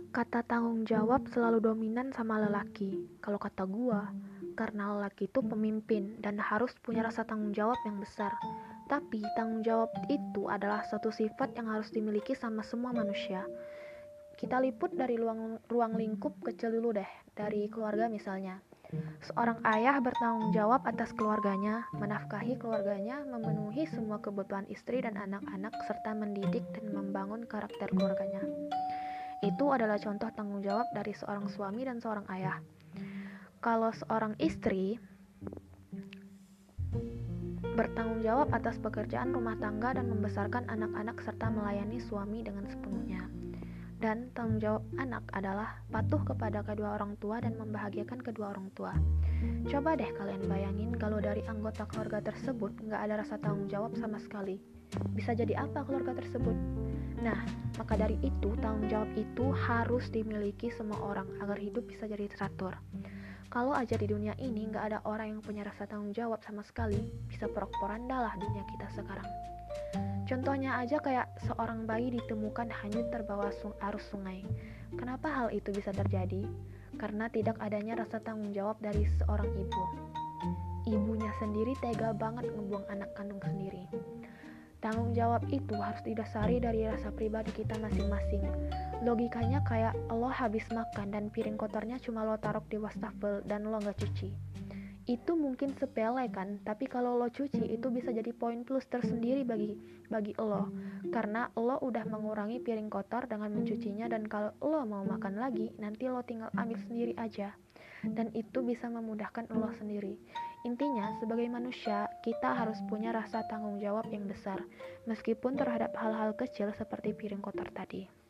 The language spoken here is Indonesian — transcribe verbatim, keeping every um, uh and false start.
Kata tanggung jawab selalu dominan sama lelaki. Kalau kata gua, karena lelaki itu pemimpin dan harus punya rasa tanggung jawab yang besar. Tapi tanggung jawab itu adalah satu sifat yang harus dimiliki sama semua manusia. Kita liput dari ruang, ruang lingkup kecil dulu deh, dari keluarga misalnya. Seorang ayah bertanggung jawab atas keluarganya, menafkahi keluarganya, memenuhi semua kebutuhan istri dan anak-anak, serta mendidik dan membangun karakter keluarganya. Itu adalah contoh tanggung jawab dari seorang suami dan seorang ayah. Kalau seorang istri bertanggung jawab atas pekerjaan rumah tangga dan membesarkan anak-anak serta melayani suami dengan sepenuhnya. Dan tanggung jawab anak adalah patuh kepada kedua orang tua dan membahagiakan kedua orang tua. Coba deh kalian bayangin kalau dari anggota keluarga tersebut nggak ada rasa tanggung jawab sama sekali. Bisa jadi apa keluarga tersebut? Nah, maka dari itu tanggung jawab itu harus dimiliki semua orang agar hidup bisa jadi teratur. Kalau aja di dunia ini nggak ada orang yang punya rasa tanggung jawab sama sekali, bisa porok-poranda lah dunia kita sekarang. Contohnya aja kayak seorang bayi ditemukan hanyut terbawa arus sungai. Kenapa hal itu bisa terjadi? Karena tidak adanya rasa tanggung jawab dari seorang ibu. Ibunya sendiri tega banget ngebuang anak kandung sendiri. Tanggung jawab itu harus didasari dari rasa pribadi kita masing-masing. Logikanya kayak lo habis makan dan piring kotornya cuma lo taruh di wastafel dan lo gak cuci. Itu mungkin sepele kan, tapi kalau lo cuci itu bisa jadi poin plus tersendiri bagi bagi lo. Karena lo udah mengurangi piring kotor dengan mencucinya, dan kalau lo mau makan lagi, nanti lo tinggal ambil sendiri aja. Dan itu bisa memudahkan lo sendiri. Intinya, sebagai manusia, kita harus punya rasa tanggung jawab yang besar, meskipun terhadap hal-hal kecil seperti piring kotor tadi.